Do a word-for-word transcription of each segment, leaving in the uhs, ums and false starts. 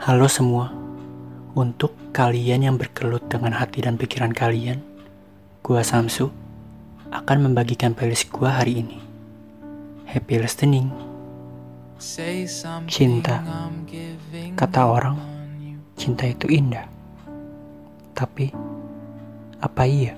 Halo semua, untuk kalian yang bergelut dengan hati dan pikiran kalian, gua Samsu akan membagikan playlist gua hari ini. Happy listening. Cinta. Kata orang, cinta itu indah. Tapi, apa iya?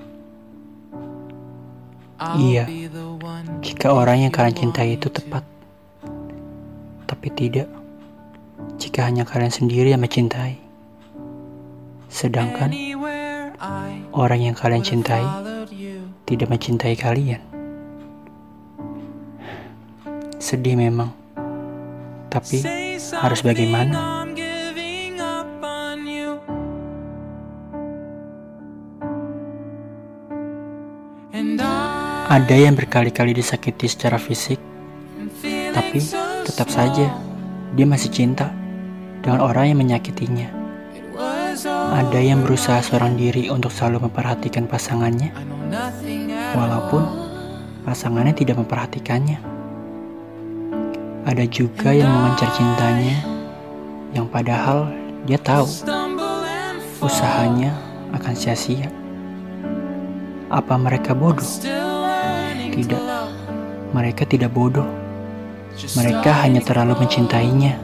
Iya, jika orang yang kalian cintai itu tepat. Tapi tidak jika hanya kalian sendiri yang mencintai. Sedangkan orang yang kalian cintai tidak mencintai kalian. Sedih memang, tapi harus bagaimana? Ada yang berkali-kali disakiti secara fisik, tapi tetap saja dia masih cinta dengan orang yang menyakitinya. Ada yang berusaha seorang diri untuk selalu memperhatikan pasangannya, walaupun pasangannya tidak memperhatikannya. Ada juga yang mengejar cintanya, yang padahal dia tahu usahanya akan sia-sia. Apa mereka bodoh? Tidak, mereka tidak bodoh. Mereka hanya terlalu mencintainya.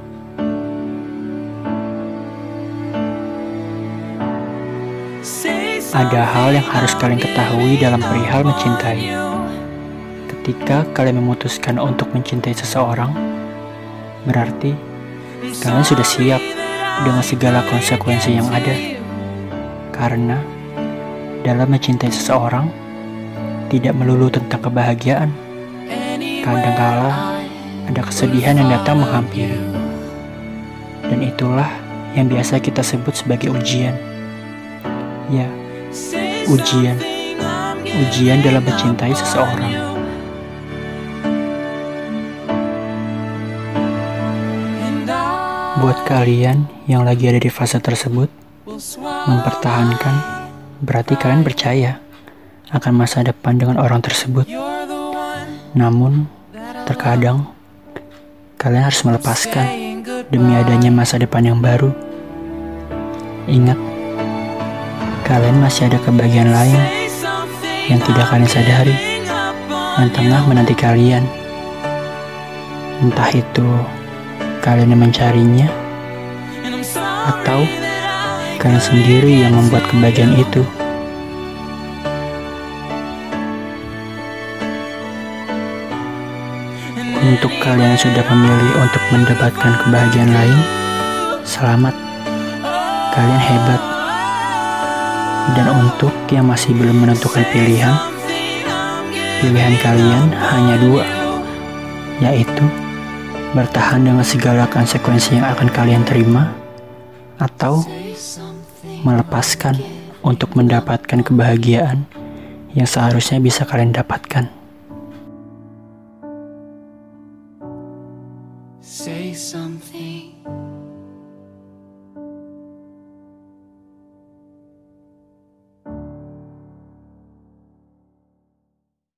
Ada hal yang harus kalian ketahui dalam perihal mencintai. Ketika kalian memutuskan untuk mencintai seseorang, berarti kalian sudah siap dengan segala konsekuensi yang ada. Karena dalam mencintai seseorang, tidak melulu tentang kebahagiaan. Kadangkala ada kesedihan yang datang menghampiri. Dan itulah yang biasa kita sebut sebagai ujian. Ya, ujian. Ujian dalam mencintai seseorang. Buat kalian yang lagi ada di fase tersebut, mempertahankan berarti kalian percaya akan masa depan dengan orang tersebut. Namun, terkadang kalian harus melepaskan demi adanya masa depan yang baru. Ingat, kalian masih ada kebahagiaan lain yang tidak kalian sadari yang tengah menanti kalian. Entah itu kalian yang mencarinya, atau kalian sendiri yang membuat kebahagiaan itu. Untuk kalian yang sudah memilih untuk mendapatkan kebahagiaan lain, selamat, kalian hebat. Dan untuk yang masih belum menentukan pilihan, pilihan kalian hanya dua, yaitu bertahan dengan segala konsekuensi yang akan kalian terima, atau melepaskan untuk mendapatkan kebahagiaan yang seharusnya bisa kalian dapatkan. Say something.